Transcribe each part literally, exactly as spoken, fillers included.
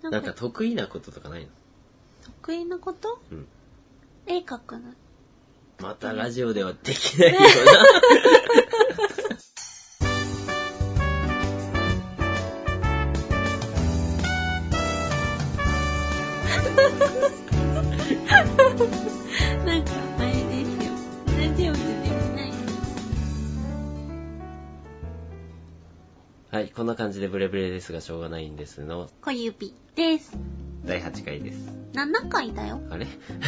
なんか得意なこととかないの？ 得意なこと？うん。絵描くの。 またラジオではできないよな。 なんかあれですよ。ラジオでできない。 はい、こんな感じでブレブレですがしょうがないんですの小指です。 だいはちかいです。 ななかいだよ。 あれ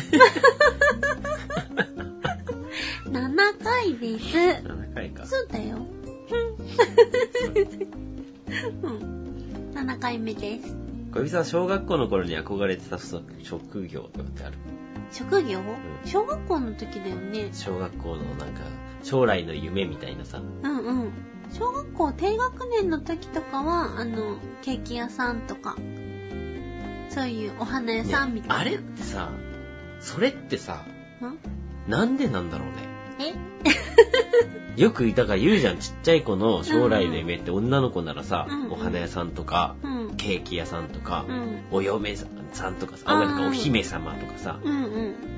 ななかいです。 ななかいか。 そうだよ。うん。ななかいめです。 小指さん、小学校の頃に憧れてた職業とかってある？ 職業、うん、小学校の時だよね。 小学校のなんか将来の夢みたいなさ。 うんうん。小学校低学年の時とかはあのケーキ屋さんとかそういうお花屋さんみたいな、ね、 あれってさ、それってさ、んなんでなんだろうね。えよくだから言うじゃん、ちっちゃい子の将来の夢って女の子ならさ、うんうん、お花屋さんとか、うん、ケーキ屋さんとか、うん、お嫁さんとかさ、ああお姫様とかさ、うんうん、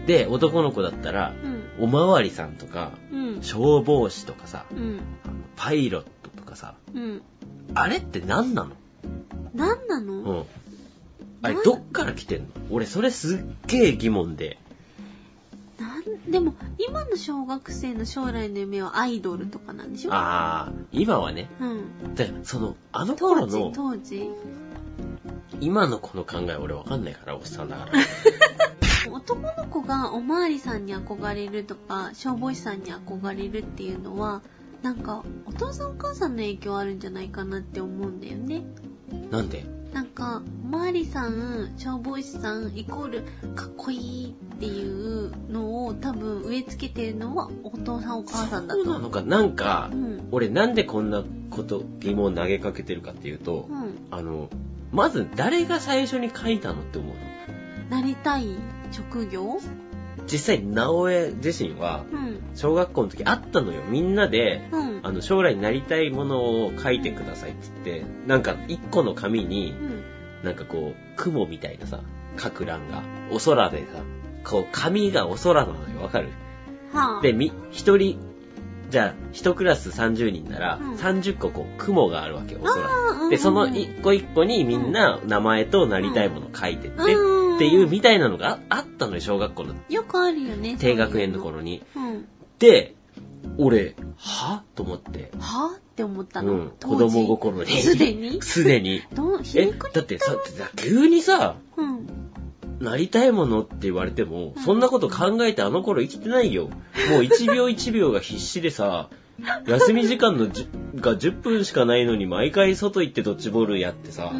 で男の子だったら、うん、おまわりさんとか、うん、消防士とかさ、うん、パイロットとかさ、うん、あれって何なの？ 何なの？ うん。あれどっから来てんの？俺それすっげえ疑問で。 なんでも今の小学生の将来の夢はアイドルとかなんでしょ？ ああ、今はね。うん。だからそのあの頃の当時当時今の子の考え俺わかんないからおっさんだから。 男の子がおまわりさんに憧れるとか消防士さんに憧れるっていうのはなんかお父さんお母さんの影響あるんじゃないかなって思うんだよね。 なんで？ なんかおまわりさん消防士さんイコールかっこいいっていうのを多分植え付けてるのはお父さんお母さんだと。 そうなのか。なんか、うん、俺なんでこんなこと疑問投げかけてるかっていうと、うん、あのまず誰が最初に書いたのって思うの？ なりたい職業？ 実際直江自身は小学校の時あったのよ。みんなで、うん、あの将来になりたいものを書いてくださいって言って、なんか一個の紙に、うん、なんかこう雲みたいなさ書く欄がお空でさ、こう紙がお空なのよ。わかる？はあ、でみ一人じゃあ一クラスさんじゅうにんなら、うん、さんじゅっここう雲があるわけよ。お空で、その一個一個にみんな名前となりたいものを書いてって、うん、っていうみたいなのが あ, あったのよ、小学校の。 よくあるよね。 低学年の頃に。うん、で、俺、はと思って。 はって思ったの、うん、 子供心に。 すでにすでに。 どうえ、だってさ、急にさ、うん、なりたいものって言われても、うん、そんなこと考えてあの頃生きてないよ。もういちびょういちびょうが必死でさ、休み時間のじがじゅっぷんしかないのに毎回外行ってドッジボールやってさ、うん、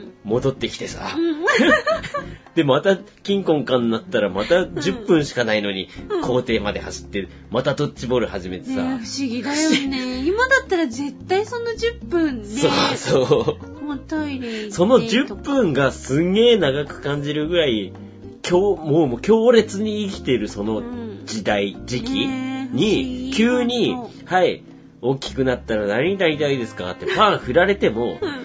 戻ってきてさ、うん、でまたキンコンカンになったらまたじゅっぷんしかないのに、うん、校庭まで走ってまたドッジボール始めてさ、 ね、不思議だよね。今だったら絶対そのじゅっぷんね。 そうそう。 もうトイレ行ってそのじゅっぷんがすんげー長く感じるぐらい強もうもう強烈に生きてるその時代、うん、時期に急にはい大きくなったら何になりたいですかってパン振られても、うん、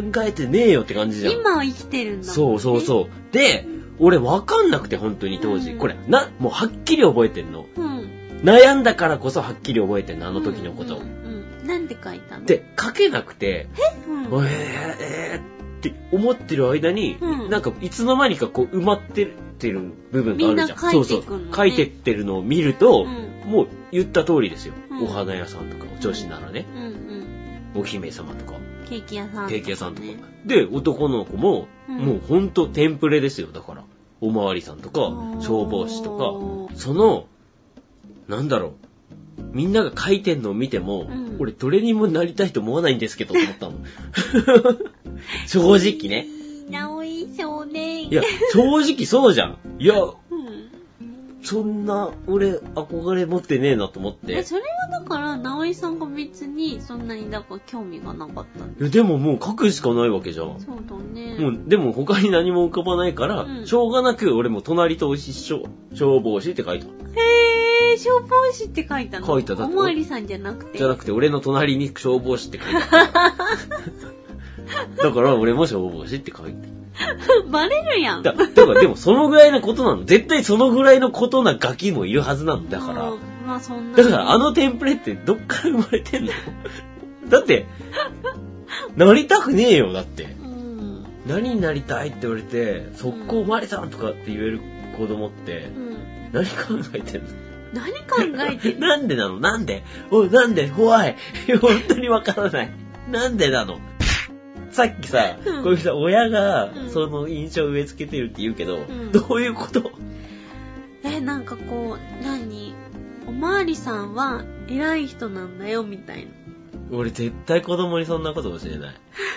考えてねえよって感じじゃん。 今は生きてるんだもんね。 そうそうそう。で俺分かんなくて本当に当時、うん、これなもうはっきり覚えてんの、うん、悩んだからこそはっきり覚えてんのあの時のこと、うんうんうん、なんで書いたの？ で書けなくてえ、うん、 えー、えーって思ってる間に、うん、なんかいつの間にかこう埋まってってる部分があるじゃん。 みんな書いていくのね。 そうそう書いてってるのを見ると、うん、もう言った通りですよ、うん、お花屋さんとかお調子ならね、うんうん、お姫様とかケーキ屋さんとか、ね、 ケーキ屋さんとかで男の子も、うん、もうほんとテンプレですよ。だからおまわりさんとか消防士とかそのなんだろうみんなが書いてんのを見ても、うん、俺どれにもなりたいと思わないんですけどと思ったの。正直ね。 直井少年。 いや正直そうじゃん。いや、うん、そんな俺憧れ持ってねえなと思って。 えそれはだから直井さんが別にそんなにだから興味がなかったんいやでももう書くしかないわけじゃん。 そうだね。 もうでも他に何も浮かばないから、うん、しょうがなく俺も隣と一緒消防士って書いた。 へー消防士って書いたの？ 書いた。だっておまわりさんじゃなくて。 じゃなくて俺の隣に消防士って書いた。だから俺も消防士って書いて。 バレるやん。 だ、だからでもそのぐらいのことなの。絶対そのぐらいのことなガキもいるはずなの。だから。 まあそんな。 だからあのテンプレってどっから生まれてんのだって、なりたくねえよ、だって。うん、何になりたいって言われて、速攻おまわりさんとかって言える子供って、うん、何考えてんの何考えてんのなんでなのなんでおい、なんで怖い本当にわからない。なんでなのさっきさ、うん、こういうさ、親がその印象を植え付けてるって言うけど、うん、どういうこと？ え、なんかこう、何おまわりさんは偉い人なんだよみたいな。 俺絶対子供にそんなこと教えない。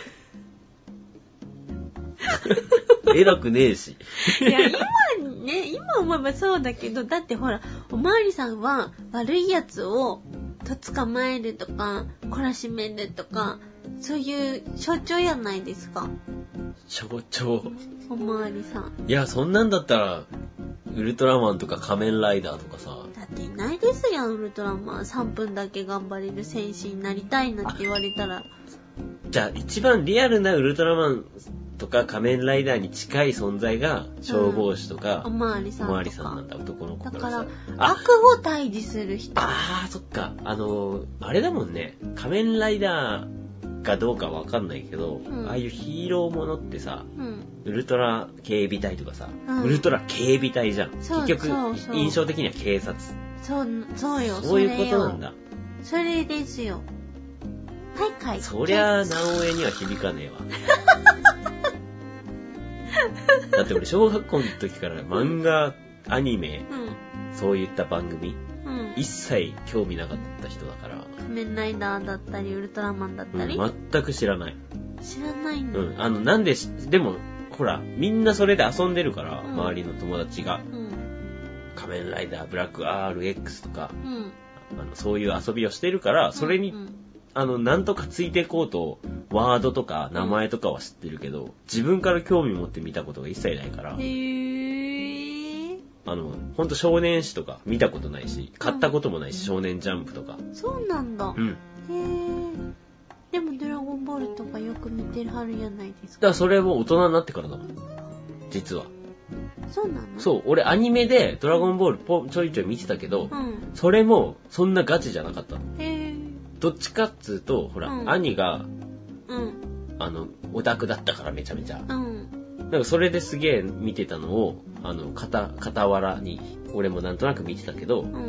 偉くねえし。 いや、今ね、今思えばそうだけど、だってほら、おまわりさんは悪いやつをと捕まえるとか、懲らしめるとか、そういう象徴やないですか。 象徴。 おまわりさん。 いや、そんなんだったら、ウルトラマンとか仮面ライダーとかさ。 だっていないですやん、ウルトラマン。さんぷんだけ頑張れる戦士になりたいなって言われたら。 じゃあ、一番リアルなウルトラマンとか仮面ライダーに近い存在が消防士とか、 うん、おまわりさんとか。 おまわりさんなんだ、男の子からさ。 だから、悪を退治する人。 ああ、そっか。あのー、あれだもんね。仮面ライダーかどうかわかんないけど、うん、ああいうヒーローものってさ、うん、ウルトラ警備隊とかさ、うん、ウルトラ警備隊じゃん。結局そうそう、印象的には警察。 そう、そうよ。 そういうことなんだ。 それですよ。はい、はい。 そりゃあ、直江には響かねえわ。だって俺、小学校の時から漫画、アニメ、うん、そういった番組、うん、一切興味なかった人だから。 仮面ライダーだったり、ウルトラマンだったり、うん、全く知らない。 知らないんだ。 うん。あの、なんで、でも、ほら、みんなそれで遊んでるから、うん、周りの友達が。うん、仮面ライダー、ブラック アールエックス とか、うん、あの、そういう遊びをしてるから、それに、うんうん、あの、なんとかついていこうと、ワードとか名前とかは知ってるけど、うん、自分から興味持って見たことが一切ないから。へー。あの、ほんと少年誌とか見たことないし、買ったこともないし、うん、少年ジャンプとか。 そうなんだ。 うん。 へー。でもドラゴンボールとかよく見てるはるやないですか。 だからそれも大人になってからだもん。実は。 そうなの？ そう。俺アニメでドラゴンボールポちょいちょい見てたけど、うん、それもそんなガチじゃなかったの。へー。どっちかっつうと、ほら、うん、兄が、うん、あの、オタクだったからめちゃめちゃ。うん。だからそれですげえ見てたのを、あの、片、傍らに、俺もなんとなく見てたけど、うんうん、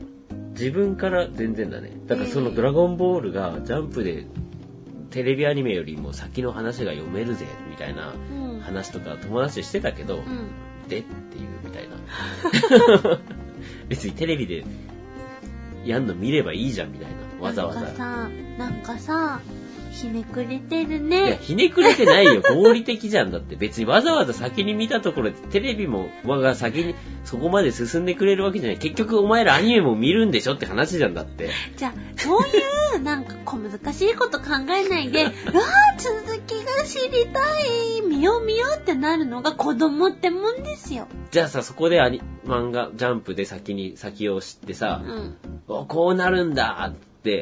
自分から全然だね。だからそのドラゴンボールがジャンプで、テレビアニメよりも先の話が読めるぜ、みたいな話とか友達してたけど、うん、でっていうみたいな。別にテレビでやんの見ればいいじゃんみたいな。わざわざ。 なんかさ、なんかさ、ひねくれてるね。 いや、ひねくれてないよ。合理的じゃん。だって別にわざわざ先に見たところでテレビも我が先にそこまで進んでくれるわけじゃない。結局お前らアニメも見るんでしょって話じゃんだって。 じゃあ、そういうなんか小難しいこと考えないで、うわー続きが知りたい、見よう見ようってなるのが子供ってもんですよ。 じゃあさ、そこでアニ漫画、ジャンプで先に先を知ってさ、うん、おこうなるんだって、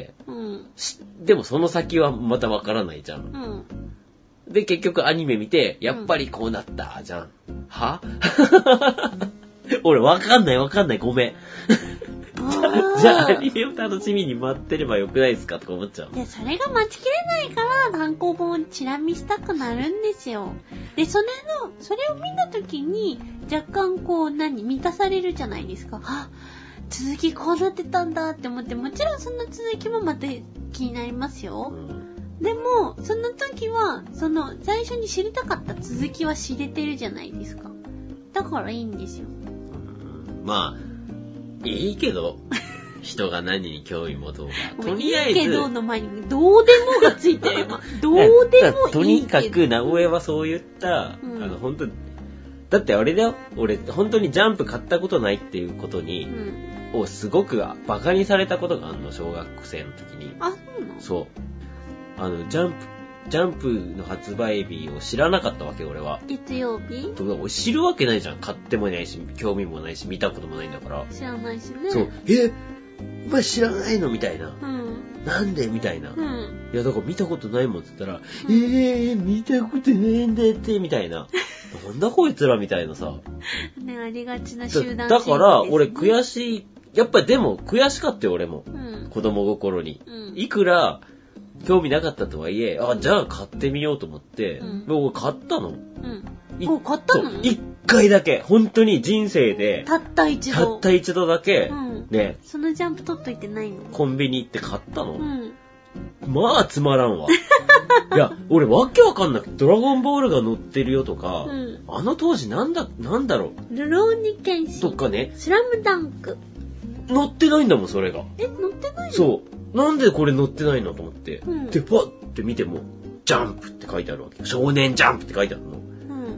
うん、でもその先はまたわからないじゃん、うん、で結局アニメ見てやっぱりこうなったじゃん、うん、は俺わかんないわかんないごめんじゃあアニメを楽しみに待ってればよくないですかとか思っちゃう。 でそれが待ちきれないから単行本をチラ見したくなるんですよ。でそれのそれを見た時に若干こう何満たされるじゃないですか。は続きこうなってたんだって思って、もちろんその続きもまた気になりますよ、うん、でもその時はその最初に知りたかった続きは知れてるじゃないですか。だからいいんですよ、 うん、まあいいけど人が何に興味持とうがとりあえずいいけどの前にどうでもがついてる今どうでもいいけどとにかく直江はそういった、うん、あの本当だってあれだよ、俺本当にジャンプ買ったことないっていうことに、うん、をすごくバカにされたことがあるの、小学生の時に。 あ、そうなの？ そう。あのジャンプジャンプの発売日を知らなかったわけ俺は。 月曜日？ 俺知るわけないじゃん。買ってもないし興味もないし見たこともないんだから。 知らないしね。 そう。えお前知らないのみたいな。 うん。 なんでみたいな。 うん。 いや、だから見たことないもんって言ったら、うん、えー、見たことないんだって、みたいな。なんだこいつらみたいなさ。 ね、ありがちな集団、 ね、だから、俺悔しい。やっぱりでも悔しかったよ、俺も。 うん、 子供心に、 うん。 いくら興味なかったとはいえ、あ、じゃあ買ってみようと思って、うん、僕買ったの。うん。 もう買ったの？ 一回だけ、本当に人生で。 たった一度。 たった一度だけ、うん、ね。 そのジャンプ取っといてないの？ コンビニ行って買ったの。 うん。 まあつまらんわ。いや、俺わけわかんなくて、ドラゴンボールが載ってるよとか、うん、あの当時なんだ、なんだろう。 ルローニケンシン。 とかね。 スラムダンク。 載ってないんだもん、それが。 え、載ってないの？ そう。なんでこれ載ってないのと思って。うん、で、パッて見ても、ジャンプって書いてあるわけ。少年ジャンプって書いてあるの。うん、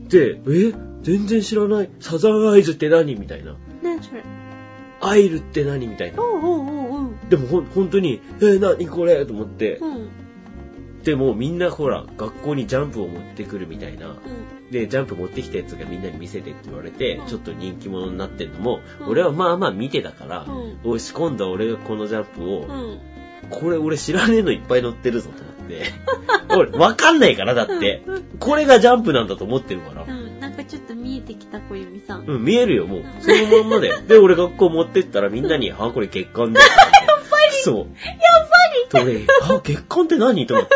で、え、全然知らない。サザンアイズって何みたいな。 何それ？ アイルって何みたいな。 おうおうおうおう。 でもほん、本当に、えー、何これと思って。 うん、 でもみんなほら、学校にジャンプを持ってくるみたいな。うん、で、ジャンプ持ってきたやつがみんなに見せてって言われて、うん、ちょっと人気者になってんのも、うん、俺はまあまあ見てたから、うん、おし今度は俺がこのジャンプを、うん、これ俺知らねえのいっぱい載ってるぞと思って。俺、わかんないからだって。これがジャンプなんだと思ってるから。 うん、なんかちょっと見えてきた小指さん。 うん、見えるよ、もう。そのまんまで。で、俺学校持ってったらみんなに、あ、これ月刊だ。やっぱりそう。 やっぱりそれ、あ、月刊って何と思って。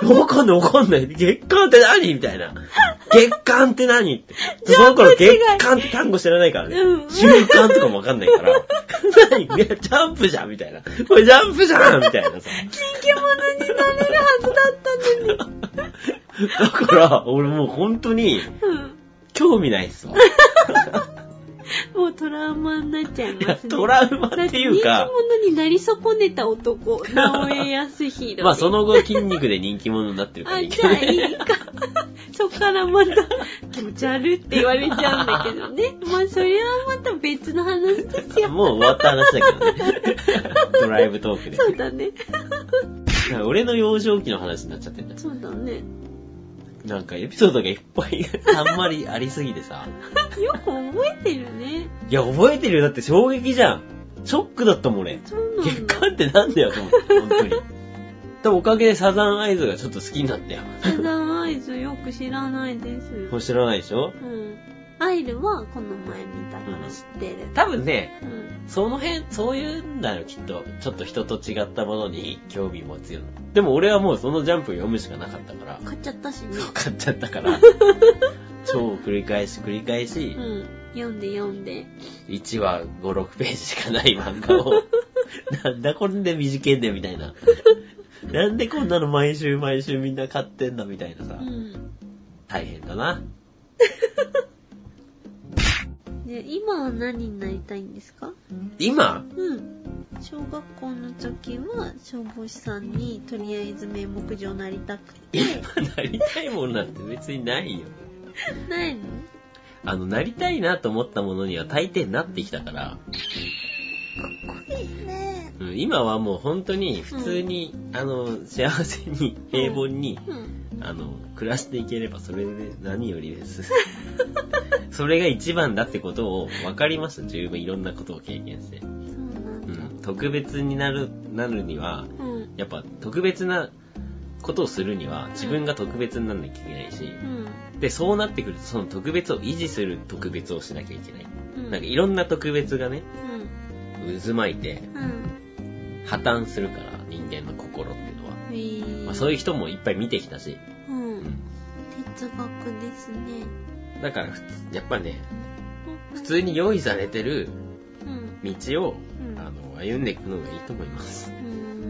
わかんないわかんない。月刊って何みたいな。月刊って何って。その頃月刊って単語知らないからね。うん、週刊とかもわかんないから。何いや、ジャンプじゃんみたいな。これジャンプじゃんみたいなさ。 人気者になれるはずだったのに。 だから、俺もう本当に、興味ないっすわ。 もうトラウマになっちゃいますね。 トラウマっていうか。 人気者になり損ねた男、直江康弘。 まあその後筋肉で人気者になってるからいいけど、ね。 あ、じゃあいいか。そっからまた気持ち悪って言われちゃうんだけどね。まあそれはまた別の話ですよ。 もう終わった話だけどね。ドライブトークで。 そうだね。 俺の幼少期の話になっちゃってんだ。 そうだね。 なんかエピソードがいっぱいあんまりありすぎてさ。 よく覚えてるね。 いや、覚えてるよ。だって衝撃じゃん。ショックだったもん俺。 そうなんだ。 月刊ってなんだよと思って、本当に。多分おかげでサザンアイズがちょっと好きになったよ。 サザンアイズよく知らないです。 もう知らないでしょ？ うん。アイルはこの前見たから知ってる。 うん、多分ね、うん、その辺、そういうんだよ、きっと。ちょっと人と違ったものに興味持つよ。でも俺はもうそのジャンプを読むしかなかったから。 買っちゃったしね。 そう、買っちゃったから。超繰り返し繰り返し。 うん。読んで読んで。 いちわご、ろくページしかない漫画を。なんだこんで短いんだよみたいな。なんでこんなの毎週毎週みんな買ってんだみたいなさ。うん、大変だな。 で、今は何になりたいんですか？ 今？ うん。小学校の時は消防士さんにとりあえず名目上なりたくて。 今なりたいもんなんて別にないよ。 ないの？ あの、なりたいなと思ったものには大抵なってきたから。かっこいいね。 うん、今はもう本当に普通に、うん、あの、幸せに平凡に、うんうん、あの、暮らしていければそれで何よりです。それが一番だってことを分かりました。十分いろんなことを経験して。そうなんだ。うん。 特別になる、なるには、うん、やっぱ特別なことをするには自分が特別にならなきゃいけないし、うん、で、そうなってくるとその特別を維持する特別をしなきゃいけない。うん、なんかいろんな特別がね、うん、渦巻いて、うん、破綻するから人間の心っていうのは。へー。まあ、そういう人もいっぱい見てきたし、 うんうん、哲学ですね。 だからやっぱね、普通に用意されてる道を、うん、あの歩んでいくのがいいと思います。うん、うん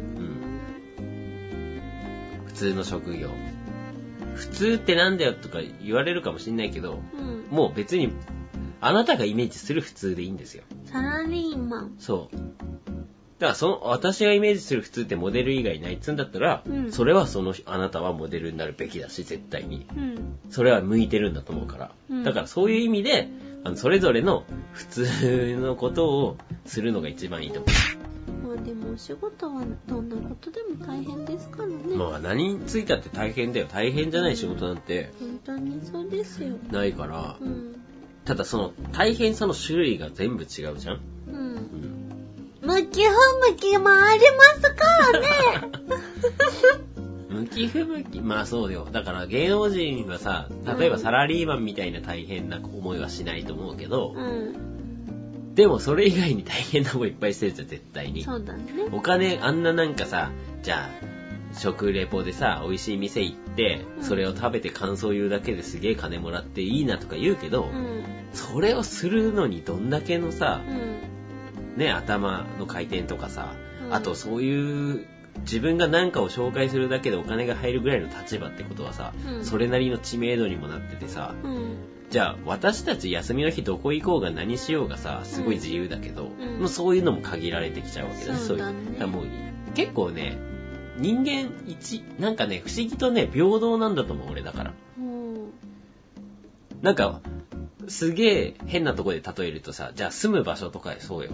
、普通の職業。普通ってなんだよとか言われるかもしれないけど、うん、もう別にあなたがイメージする普通でいいんですよ。 サラリーマン。 そう。だからその私がイメージする普通ってモデル以外ないっつうんだったら、うん、それはそのあなたはモデルになるべきだし絶対に、うん、それは向いてるんだと思うから、うん、だからそういう意味であのそれぞれの普通のことをするのが一番いいと思う。まあでもお仕事はどんなことでも大変ですからね。 まあ何についたって大変だよ。大変じゃない仕事なんて、 うん、本当にそうですよ。 ないから、うん、ただその大変さの種類が全部違うじゃん。 うん。うん、ま向き不向きもありますからね。 向き不向き、まあそうよ。だから芸能人はさ、例えばサラリーマンみたいな大変な思いはしないと思うけど、うん、でもそれ以外に大変な思いいっぱいしてるじゃん、絶対に。 そうだね。 お金、あんななんかさ、じゃあ、食レポでさ、美味しい店行って、うん、それを食べて感想言うだけですげえ金もらっていいなとか言うけど、うん、それをするのにどんだけのさ、うん、ね、頭の回転とかさ、うん、あとそういう自分が何かを紹介するだけでお金が入るぐらいの立場ってことはさ、うん、それなりの知名度にもなっててさ、うん、じゃあ私たち休みの日どこ行こうが何しようがさ、すごい自由だけど、うん、もうそういうのも限られてきちゃうわけだし、そうだね。そういうだからもう結構ね、人間一、なんかね、不思議とね、平等なんだと思う、俺だから。うん、なんか、すげえ変なとこで例えるとさ、じゃあ住む場所とかそうよ。うん、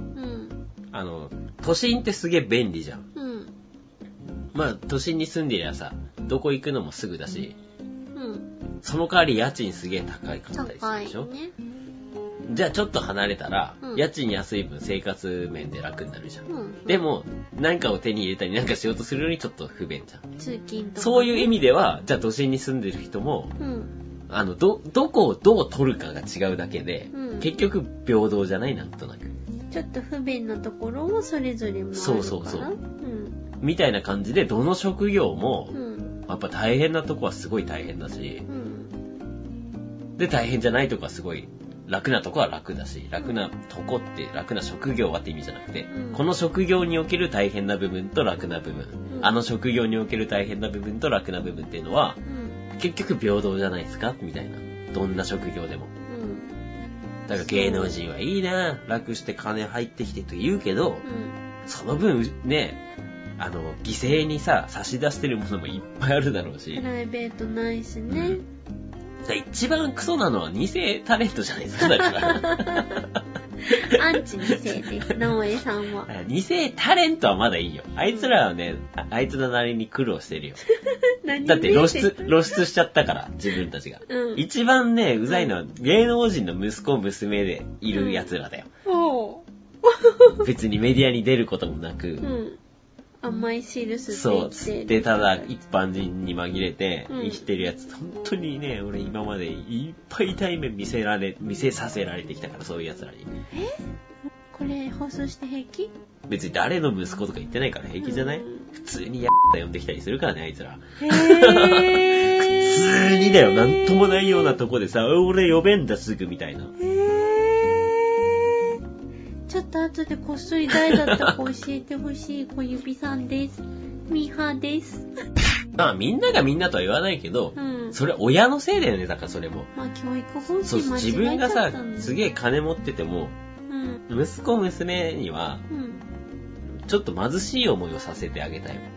あの、都心ってすげえ便利じゃん。うん、まあ、都心に住んでりゃさ、どこ行くのもすぐだし、うん、その代わり家賃すげえ高いかったりするでしょ。高いね。じゃあちょっと離れたら、うん、家賃安い分生活面で楽になるじゃん。うんうん、でも、何かを手に入れたり何かしようとするのにちょっと不便じゃん。 通勤とか、ね。 そういう意味では、じゃあ都心に住んでる人も、うん、あの、ど、どこをどう取るかが違うだけで、うん、結局平等じゃない？なんとなく。 ちょっと不便なところもそれぞれもあるから。そうそうそう。うん、 みたいな感じで、どの職業も、うん、やっぱ大変なとこはすごい大変だし、うん、で、大変じゃないとこはすごい、楽なとこは楽だし、楽なとこって楽な職業はって意味じゃなくて、うん、この職業における大変な部分と楽な部分、うん、あの職業における大変な部分と楽な部分っていうのは、うん、結局平等じゃないですかみたいな。どんな職業でも。うん、だから芸能人はいいな、楽して金入ってきてと言うけど、うん、その分ね、あの犠牲にさ差し出してるものもいっぱいあるだろうし。 プライベートないしね。うん一番クソなのは偽タレントじゃないですか、だから。 アンチ偽です、直江さんは。 偽タレントはまだいいよ。あいつらはね、あ, あいつらなりに苦労してるよ。だって露出、露出しちゃったから、自分たちが。うん、一番ね、うざいのは芸能人の息子、娘でいる奴らだよ。うん、別にメディアに出ることもなく、うん甘い汁吸ってそう、で、ただ一般人に紛れて生きてるやつ、うん、本当にね、俺今までいっぱい痛い目見せられ、見せさせられてきたから、そういうやつらに。 え？これ放送して平気？ 別に誰の息子とか言ってないから平気じゃない？うん、普通にやった呼んできたりするからね、あいつら。へー普通にだよ、なんともないようなとこでさ、俺呼べんだすぐみたいな。 ちょっと後でこっそり誰だったか教えてほしい小指さんです。ミーハーです。 まあみんながみんなとは言わないけど、うん、それ親のせいだよね、だからそれも。 まあ教育方針間違えちゃったんだ。そう自分がさ、すげえ金持ってても、うん、息子娘には、うん、ちょっと貧しい思いをさせてあげたいわ。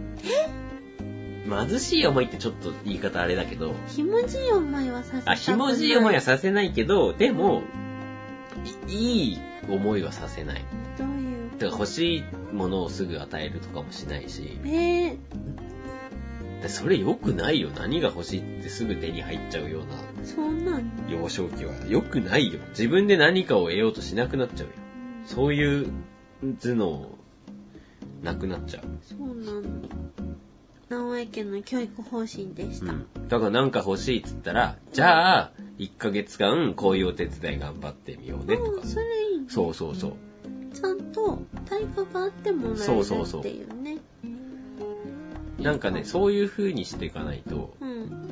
え？貧しい思いってちょっと言い方あれだけど。 ひもじい思いはさせたくない。あ、 ひもじい思いはさせないけど、でも、い, いい思いはさせない。 どういう？ だから欲しいものをすぐ与えるとかもしないし。 えー、それ良くないよ。何が欲しいってすぐ手に入っちゃうような。 そうなの？ 幼少期は良くないよ。自分で何かを得ようとしなくなっちゃうよ。うん、そういう頭脳なくなっちゃう。 そうなの。直江家の教育方針でした。うん、 だから何か欲しいっつったら、じゃあいっかげつかんこういうお手伝い頑張ってみようねとか。 それいいね。 そうそうそう。 ちゃんと対価があってもらえるっていうね。そうそうそう。 なんかね、そういう風にしていかないと、うん、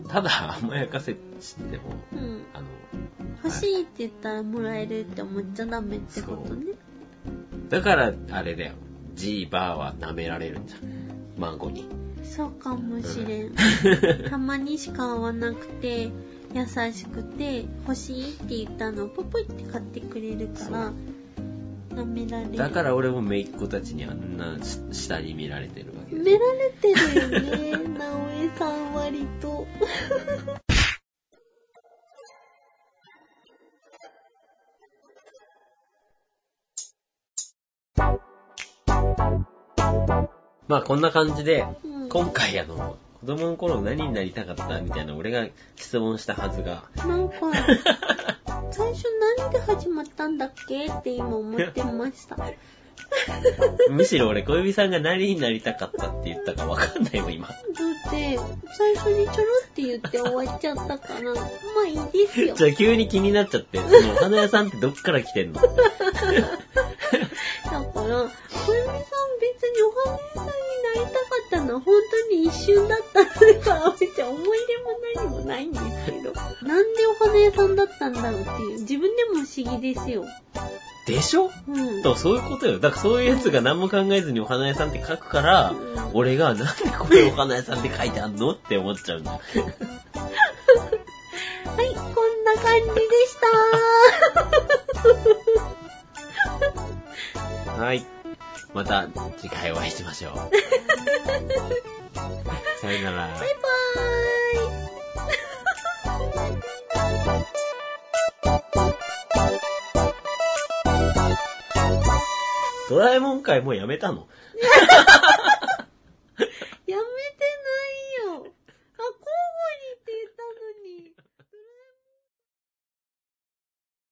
ただ甘やかせしても、うん、あの欲しいって言ったらもらえるって思っちゃダメってことね。 だからあれだよ。ジーバーは舐められるんじゃん。孫に。 そうかもしれん。たまにしか会わなくて優しくて欲しいって言ったのをポポイって買ってくれるから舐められる。 だから俺も姪っ子たちにあんな下に見られてるわけです。 見られてるよね。直江さん割と。 まあこんな感じで、うん、今回あの子供の頃何になりたかったみたいな俺が質問したはずがなんか最初何で始まったんだっけって今思ってました。 むしろ俺小指さんが何になりたかったって言ったかわかんないもん今。だって最初にちょろって言って終わっちゃったからまあいいですよ。 じゃあ急に気になっちゃって、そのお花屋さんってどっから来てんの？だから小指さん別にお花屋さんになりたかったのは本当に一瞬だったのから別に思い出も何もないんですけど、なんでお花屋さんだったんだろうっていう自分でも不思議ですよ。 でしょ？うん。とそういうことよ。だからそういうやつが何も考えずにお花屋さんって書くから、うん、俺がなんでこれお花屋さんって書いてあんのって思っちゃうんだ。はい、 こんな感じでした。 はい。また次回お会いしましょう。さよなら。 バイバーイ。 ドラえもん会もうやめたの？